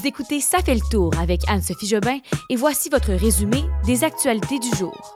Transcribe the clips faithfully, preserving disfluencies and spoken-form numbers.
Vous écoutez Ça fait le tour avec Anne-Sophie Jobin et voici votre résumé des actualités du jour.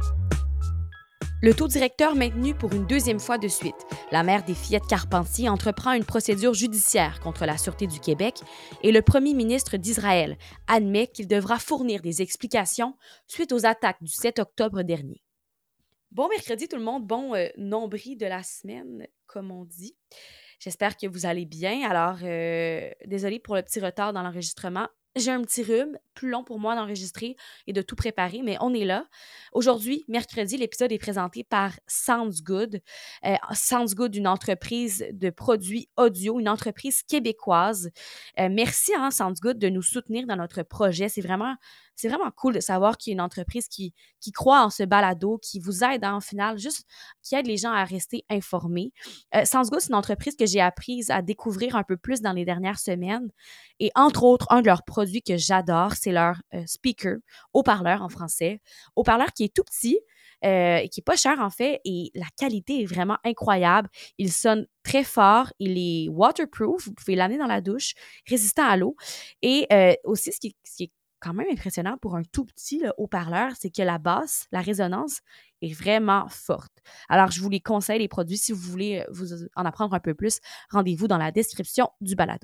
Le taux directeur maintenu pour une deuxième fois de suite. La maire des Fillettes-Carpentier entreprend une procédure judiciaire contre la Sûreté du Québec et le premier ministre d'Israël admet qu'il devra fournir des explications suite aux attaques du sept octobre dernier. Bon mercredi tout le monde, bon euh, nombril de la semaine, comme on dit. J'espère que vous allez bien. Alors, euh, désolée pour le petit retard dans l'enregistrement. J'ai un petit rhume, plus long pour moi d'enregistrer et de tout préparer, mais on est là. Aujourd'hui, mercredi, l'épisode est présenté par Sounds Good. Euh, Sounds Good, une entreprise de produits audio, une entreprise québécoise. Euh, merci, hein, Sounds Good, de nous soutenir dans notre projet. C'est vraiment, c'est vraiment cool de savoir qu'il y a une entreprise qui, qui croit en ce balado, qui vous aide, hein, en final, juste qui aide les gens à rester informés. Euh, Sounds Good, c'est une entreprise que j'ai apprise à découvrir un peu plus dans les dernières semaines. Et entre autres, un de leurs produits que j'adore, c'est leur euh, speaker, haut-parleur en français. Haut-parleur qui est tout petit, euh, qui est pas cher en fait, et la qualité est vraiment incroyable. Il sonne très fort, il est waterproof, vous pouvez l'amener dans la douche, résistant à l'eau. Et euh, aussi, ce qui, ce qui est quand même impressionnant pour un tout petit là, haut-parleur, c'est que la basse, la résonance est vraiment forte. Alors, je vous les conseille, les produits. Si vous voulez vous en apprendre un peu plus, rendez-vous dans la description du balado.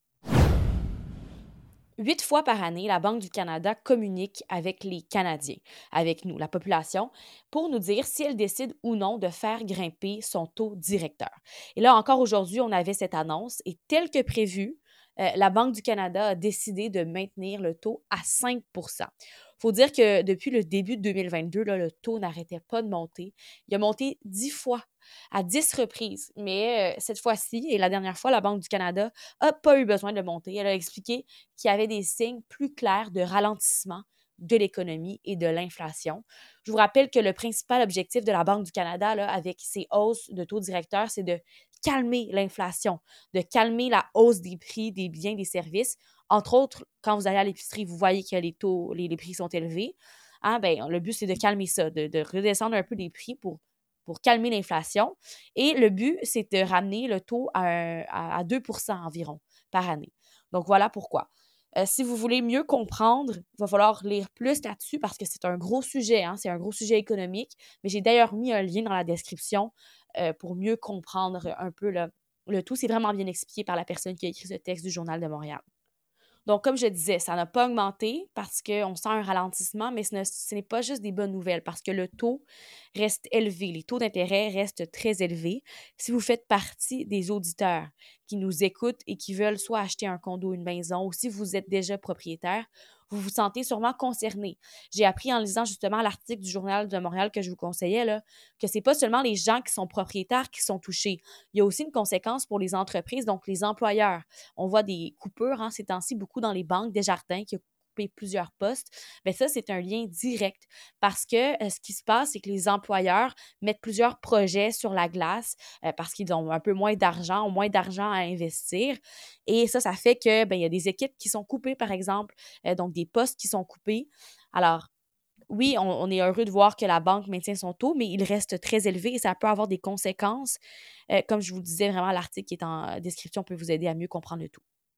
Huit fois par année, la Banque du Canada communique avec les Canadiens, avec nous, la population, pour nous dire si elle décide ou non de faire grimper son taux directeur. Et là, encore aujourd'hui, on avait cette annonce et tel que prévu, euh, la Banque du Canada a décidé de maintenir le taux à cinq pour cent. Il faut dire que depuis le début de deux mille vingt-deux, là, le taux n'arrêtait pas de monter. Il a monté dix fois, à dix reprises. Mais euh, cette fois-ci, et la dernière fois, la Banque du Canada n'a pas eu besoin de le monter. Elle a expliqué qu'il y avait des signes plus clairs de ralentissement de l'économie et de l'inflation. Je vous rappelle que le principal objectif de la Banque du Canada, là, avec ses hausses de taux directeurs, c'est de calmer l'inflation, de calmer la hausse des prix des biens, des services. Entre autres, quand vous allez à l'épicerie, vous voyez que les taux, les, les prix sont élevés. Hein, ben, le but, c'est de calmer ça, de, de redescendre un peu les prix pour, pour calmer l'inflation. Et le but, c'est de ramener le taux à, à, à deux pour cent environ par année. Donc, voilà pourquoi. Euh, si vous voulez mieux comprendre, il va falloir lire plus là-dessus parce que c'est un gros sujet, hein, c'est un gros sujet économique. Mais j'ai d'ailleurs mis un lien dans la description euh, pour mieux comprendre un peu le, le tout. C'est vraiment bien expliqué par la personne qui a écrit ce texte du Journal de Montréal. Donc, comme je disais, ça n'a pas augmenté parce qu'on sent un ralentissement, mais ce, ne, ce n'est pas juste des bonnes nouvelles parce que le taux reste élevé. Les taux d'intérêt restent très élevés. Si vous faites partie des auditeurs qui nous écoutent et qui veulent soit acheter un condo, une maison, ou si vous êtes déjà propriétaire, vous vous sentez sûrement concerné. J'ai appris en lisant justement l'article du Journal de Montréal que je vous conseillais, là, que ce n'est pas seulement les gens qui sont propriétaires qui sont touchés. Il y a aussi une conséquence pour les entreprises, donc les employeurs. On voit des coupures, hein, ces temps-ci, beaucoup dans les banques, Desjardins qui a coupé plusieurs postes. Bien, ça, c'est un lien direct parce que euh, ce qui se passe, c'est que les employeurs mettent plusieurs projets sur la glace euh, parce qu'ils ont un peu moins d'argent, ont moins d'argent à investir. Et ça, ça fait que ben, il y a des équipes qui sont coupées, par exemple, euh, donc des postes qui sont coupés. Alors, oui, on, on est heureux de voir que la banque maintient son taux, mais il reste très élevé et ça peut avoir des conséquences. Euh, comme je vous le disais, vraiment, l'article qui est en description peut vous aider à mieux comprendre le tout.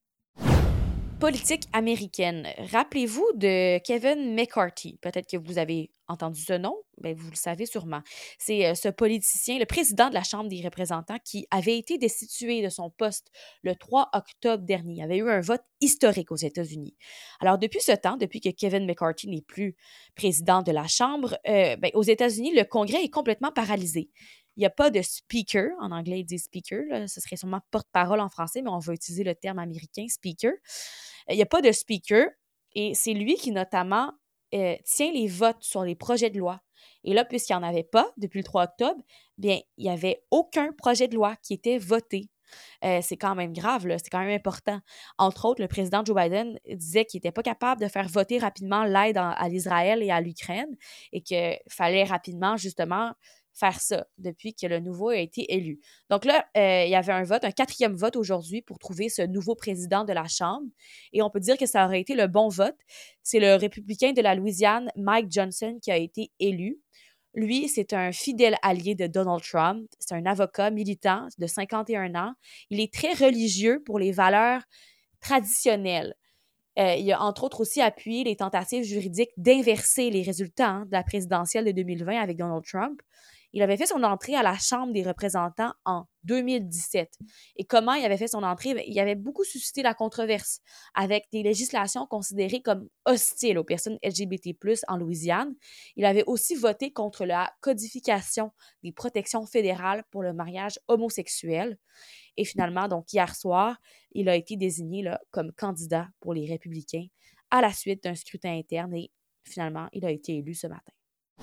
Politique américaine. Rappelez-vous de Kevin McCarthy. Peut-être que vous avez entendu ce nom, bien, vous le savez sûrement. C'est euh, ce politicien, le président de la Chambre des représentants, qui avait été destitué de son poste le trois octobre dernier. Il y avait eu un vote historique aux États-Unis. Alors, depuis ce temps, depuis que Kevin McCarthy n'est plus président de la Chambre, euh, bien, aux États-Unis, le Congrès est complètement paralysé. Il n'y a pas de speaker, en anglais, ils disent speaker, là, ce serait sûrement porte-parole en français, mais on va utiliser le terme américain, speaker. Il n'y a pas de speaker et c'est lui qui, notamment, euh, tient les votes sur les projets de loi. Et là, puisqu'il n'y en avait pas depuis le trois octobre, bien, il n'y avait aucun projet de loi qui était voté. Euh, c'est quand même grave, là, c'est quand même important. Entre autres, le président Joe Biden disait qu'il n'était pas capable de faire voter rapidement l'aide à, à l'Israël et à l'Ukraine et qu'il fallait rapidement, justement, faire ça depuis que le nouveau a été élu. Donc là, euh, il y avait un vote, un quatrième vote aujourd'hui pour trouver ce nouveau président de la Chambre. Et on peut dire que ça aurait été le bon vote. C'est le républicain de la Louisiane, Mike Johnson, qui a été élu. Lui, c'est un fidèle allié de Donald Trump. C'est un avocat militant de cinquante et un ans. Il est très religieux pour les valeurs traditionnelles. Euh, il a entre autres aussi appuyé les tentatives juridiques d'inverser les résultats hein, de la présidentielle de deux mille vingt avec Donald Trump. Il avait fait son entrée à la Chambre des représentants en deux mille dix-sept. Et comment il avait fait son entrée? Bien, il avait beaucoup suscité la controverse avec des législations considérées comme hostiles aux personnes L G B T plus, en Louisiane. Il avait aussi voté contre la codification des protections fédérales pour le mariage homosexuel. Et finalement, donc hier soir, il a été désigné là, comme candidat pour les Républicains à la suite d'un scrutin interne et finalement, il a été élu ce matin.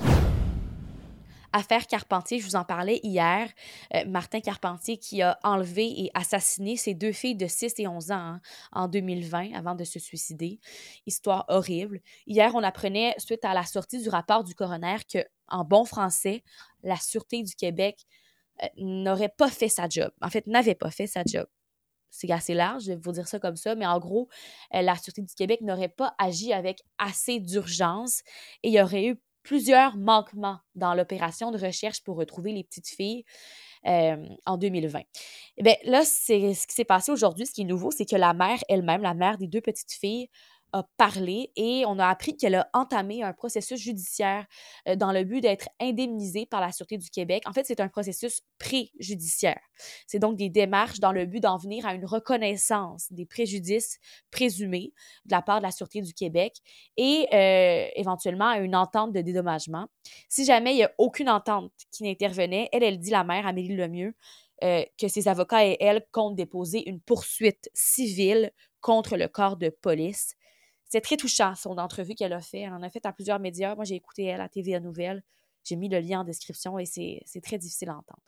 Affaire Carpentier, je vous en parlais hier. Euh, Martin Carpentier qui a enlevé et assassiné ses deux filles de six et onze ans hein, en deux mille vingt avant de se suicider. Histoire horrible. Hier, on apprenait, suite à la sortie du rapport du coroner, que, en bon français, la Sûreté du Québec euh, n'aurait pas fait sa job. En fait, n'avait pas fait sa job. C'est assez large, je vais vous dire ça comme ça, mais en gros, euh, la Sûreté du Québec n'aurait pas agi avec assez d'urgence et il y aurait eu plusieurs manquements dans l'opération de recherche pour retrouver les petites filles euh, en deux mille vingt. Et bien, là, c'est, ce qui s'est passé aujourd'hui, ce qui est nouveau, c'est que la mère elle-même, la mère des deux petites filles, a parlé et on a appris qu'elle a entamé un processus judiciaire euh, dans le but d'être indemnisée par la Sûreté du Québec. En fait, c'est un processus pré-judiciaire. C'est donc des démarches dans le but d'en venir à une reconnaissance des préjudices présumés de la part de la Sûreté du Québec et euh, éventuellement à une entente de dédommagement. Si jamais il n'y a aucune entente qui n'intervenait, elle, elle dit, la mère, Amélie Lemieux, euh, que ses avocats et elle comptent déposer une poursuite civile contre le corps de police. C'est très touchant, son entrevue qu'elle a fait. Elle en a fait à plusieurs médias. Moi, j'ai écouté elle à T V A Nouvelles. J'ai mis le lien en description et c'est, c'est très difficile à entendre.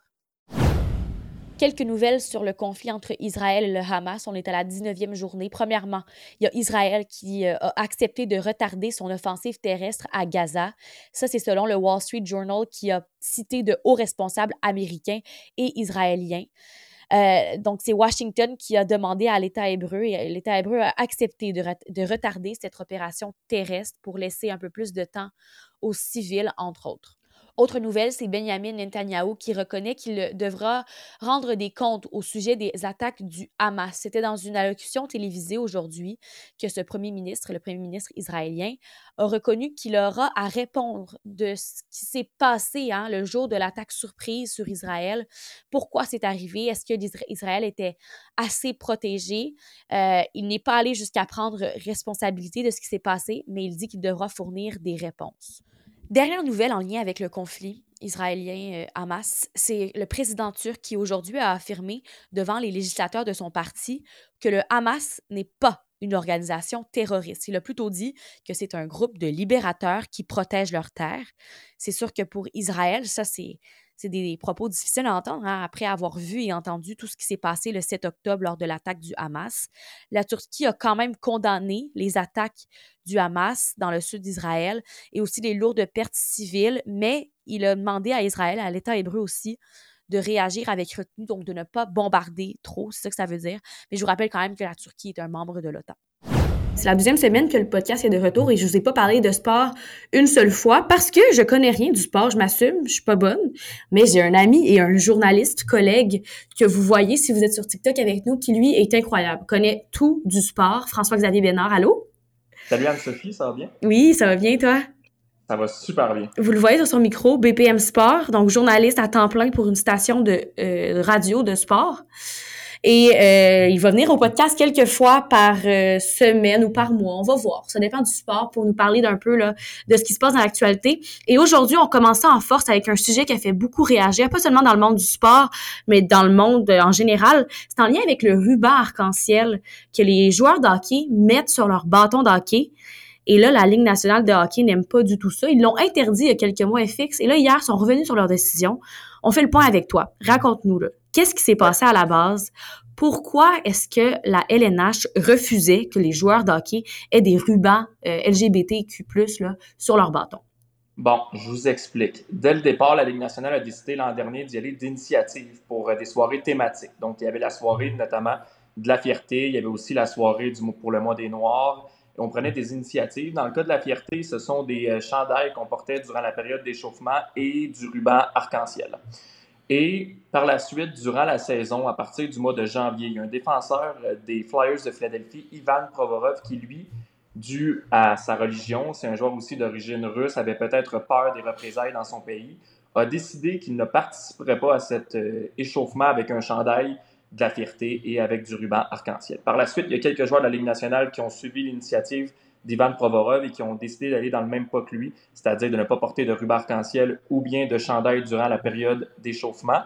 Quelques nouvelles sur le conflit entre Israël et le Hamas. On est à la dix-neuvième journée. Premièrement, il y a Israël qui euh, a accepté de retarder son offensive terrestre à Gaza. Ça, c'est selon le Wall Street Journal qui a cité de hauts responsables américains et israéliens. Euh, donc, c'est Washington qui a demandé à l'État hébreu et l'État hébreu a accepté de, re- de retarder cette opération terrestre pour laisser un peu plus de temps aux civils, entre autres. Autre nouvelle, c'est Benjamin Netanyahou qui reconnaît qu'il devra rendre des comptes au sujet des attaques du Hamas. C'était dans une allocution télévisée aujourd'hui que ce premier ministre, le premier ministre israélien, a reconnu qu'il aura à répondre de ce qui s'est passé hein, le jour de l'attaque surprise sur Israël. Pourquoi c'est arrivé? Est-ce que Israël était assez protégé? Euh, il n'est pas allé jusqu'à prendre responsabilité de ce qui s'est passé, mais il dit qu'il devra fournir des réponses. Dernière nouvelle en lien avec le conflit israélien-Hamas, c'est le président turc qui aujourd'hui a affirmé devant les législateurs de son parti que le Hamas n'est pas une organisation terroriste. Il a plutôt dit que c'est un groupe de libérateurs qui protègent leurs terres. C'est sûr que pour Israël, ça c'est... C'est des propos difficiles à entendre hein, après avoir vu et entendu tout ce qui s'est passé le sept octobre lors de l'attaque du Hamas. La Turquie a quand même condamné les attaques du Hamas dans le sud d'Israël et aussi les lourdes pertes civiles, mais il a demandé à Israël, à l'État hébreu aussi, de réagir avec retenue, donc de ne pas bombarder trop, c'est ça que ça veut dire. Mais je vous rappelle quand même que la Turquie est un membre de l'OTAN. C'est la deuxième semaine que le podcast est de retour et je vous ai pas parlé de sport une seule fois parce que je connais rien du sport, je m'assume, je suis pas bonne, mais j'ai un ami et un journaliste collègue que vous voyez si vous êtes sur TikTok avec nous qui lui est incroyable, connaît tout du sport. François-Xavier Bénard, allô? Salut Anne-Sophie, ça va bien? Oui, ça va bien toi? Ça va super bien. Vous le voyez sur son micro, B P M Sport, donc journaliste à temps plein pour une station de euh, radio de sport. Et euh, il va venir au podcast quelques fois par euh, semaine ou par mois. On va voir. Ça dépend du sport pour nous parler d'un peu là, de ce qui se passe dans l'actualité. Et aujourd'hui, on commence en force avec un sujet qui a fait beaucoup réagir, pas seulement dans le monde du sport, mais dans le monde en général. C'est en lien avec le ruban arc-en-ciel que les joueurs de hockey mettent sur leur bâton de hockey. Et là, la Ligue nationale de hockey n'aime pas du tout ça. Ils l'ont interdit il y a quelques mois F X. Et là, hier, ils sont revenus sur leur décision. On fait le point avec toi. Raconte-nous, là. Qu'est-ce qui s'est passé à la base? Pourquoi est-ce que la L N H refusait que les joueurs de hockey aient des rubans euh, L G B T Q plus, là, sur leur bâton? Bon, je vous explique. Dès le départ, la Ligue nationale a décidé l'an dernier d'y aller d'initiative pour euh, des soirées thématiques. Donc, il y avait la soirée notamment de la fierté, il y avait aussi la soirée du, pour le mois des Noirs. Et on prenait des initiatives. Dans le cas de la fierté, ce sont des euh, chandails qu'on portait durant la période d'échauffement et du ruban arc-en-ciel. Et par la suite, durant la saison, à partir du mois de janvier, il y a un défenseur des Flyers de Philadelphie, Ivan Provorov, qui, lui, dû à sa religion, c'est un joueur aussi d'origine russe, avait peut-être peur des représailles dans son pays, a décidé qu'il ne participerait pas à cet euh, échauffement avec un chandail de la fierté et avec du ruban arc-en-ciel. Par la suite, il y a quelques joueurs de la Ligue nationale qui ont suivi l'initiative d'Ivan Provorov et qui ont décidé d'aller dans le même pas que lui, c'est-à-dire de ne pas porter de ruban arc-en-ciel ou bien de chandail durant la période d'échauffement.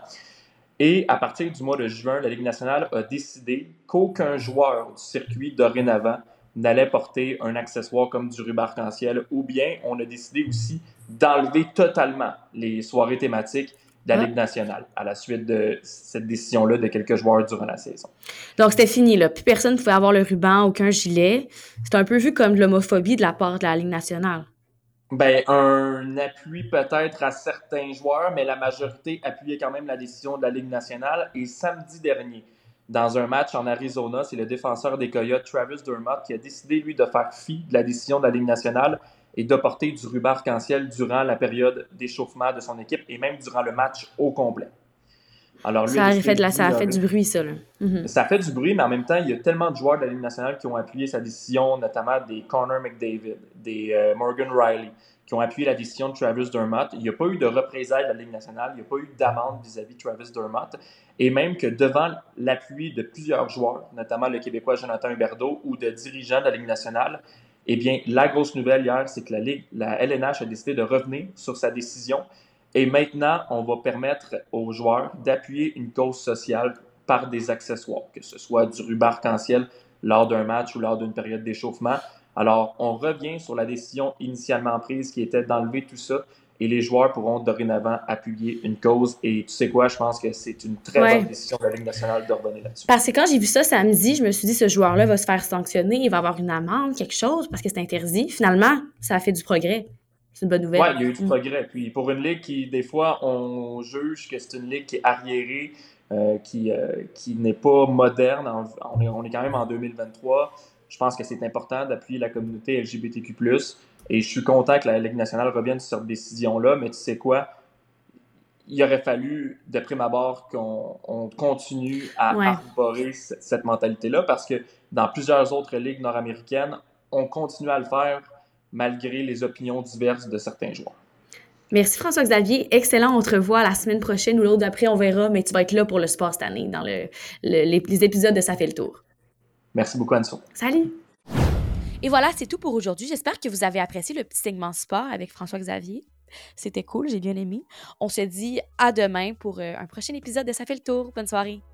Et à partir du mois de juin, la Ligue nationale a décidé qu'aucun joueur du circuit dorénavant n'allait porter un accessoire comme du ruban arc-en-ciel, ou bien on a décidé aussi d'enlever totalement les soirées thématiques de la Ligue nationale à la suite de cette décision-là de quelques joueurs durant la saison. Donc, c'était fini, là. Plus personne ne pouvait avoir le ruban, aucun gilet. C'est un peu vu comme de l'homophobie de la part de la Ligue nationale. Ben, un appui peut-être à certains joueurs, mais la majorité appuyait quand même la décision de la Ligue nationale. Et samedi dernier, dans un match en Arizona, c'est le défenseur des Coyotes, Travis Dermott, qui a décidé, lui, de faire fi de la décision de la Ligue nationale et de porter du ruban arc-en-ciel durant la période d'échauffement de son équipe et même durant le match au complet. Alors, lui, ça a, fait, de la, ça a fait du bruit, ça. Là. Mm-hmm. Ça fait du bruit, mais en même temps, il y a tellement de joueurs de la Ligue nationale qui ont appuyé sa décision, notamment des Connor McDavid, des euh, Morgan Riley, qui ont appuyé la décision de Travis Dermott. Il n'y a pas eu de représailles de la Ligue nationale, il n'y a pas eu d'amende vis-à-vis de Travis Dermott, et même que devant l'appui de plusieurs joueurs, notamment le Québécois Jonathan Huberdeau ou de dirigeants de la Ligue nationale, eh bien, la grosse nouvelle hier, c'est que la, Ligue, la L N H a décidé de revenir sur sa décision. Et maintenant, on va permettre aux joueurs d'appuyer une cause sociale par des accessoires, que ce soit du ruban arc-en-ciel lors d'un match ou lors d'une période d'échauffement. Alors, on revient sur la décision initialement prise qui était d'enlever tout ça et les joueurs pourront dorénavant appuyer une cause. Et tu sais quoi, je pense que c'est une très ouais. bonne décision de la Ligue nationale de revenir là-dessus. Parce que quand j'ai vu ça samedi, je me suis dit, ce joueur-là va se faire sanctionner, il va avoir une amende, quelque chose, parce que c'est interdit. Finalement, ça a fait du progrès. C'est une bonne nouvelle. Oui, il y a eu du mmh. progrès. Puis pour une ligue qui, des fois, on juge que c'est une ligue qui est arriérée, euh, qui, euh, qui n'est pas moderne. On est, on est quand même en deux mille vingt-trois. Je pense que c'est important d'appuyer la communauté L G B T Q plus. Et je suis content que la Ligue nationale revienne sur cette décision-là. Mais tu sais quoi? Il aurait fallu, de prime abord, qu'on on continue à ouais. arborer cette mentalité-là parce que dans plusieurs autres ligues nord-américaines, on continue à le faire malgré les opinions diverses de certains joueurs. Merci François-Xavier. Excellent. On te revoit la semaine prochaine ou l'autre d'après, on verra, mais tu vas être là pour le sport cette année dans le, le, les, les épisodes de Ça fait le tour. Merci beaucoup, Anne-Sophie. Salut! Et voilà, c'est tout pour aujourd'hui. J'espère que vous avez apprécié le petit segment sport avec François-Xavier. C'était cool, j'ai bien aimé. On se dit à demain pour un prochain épisode de Ça fait le tour. Bonne soirée.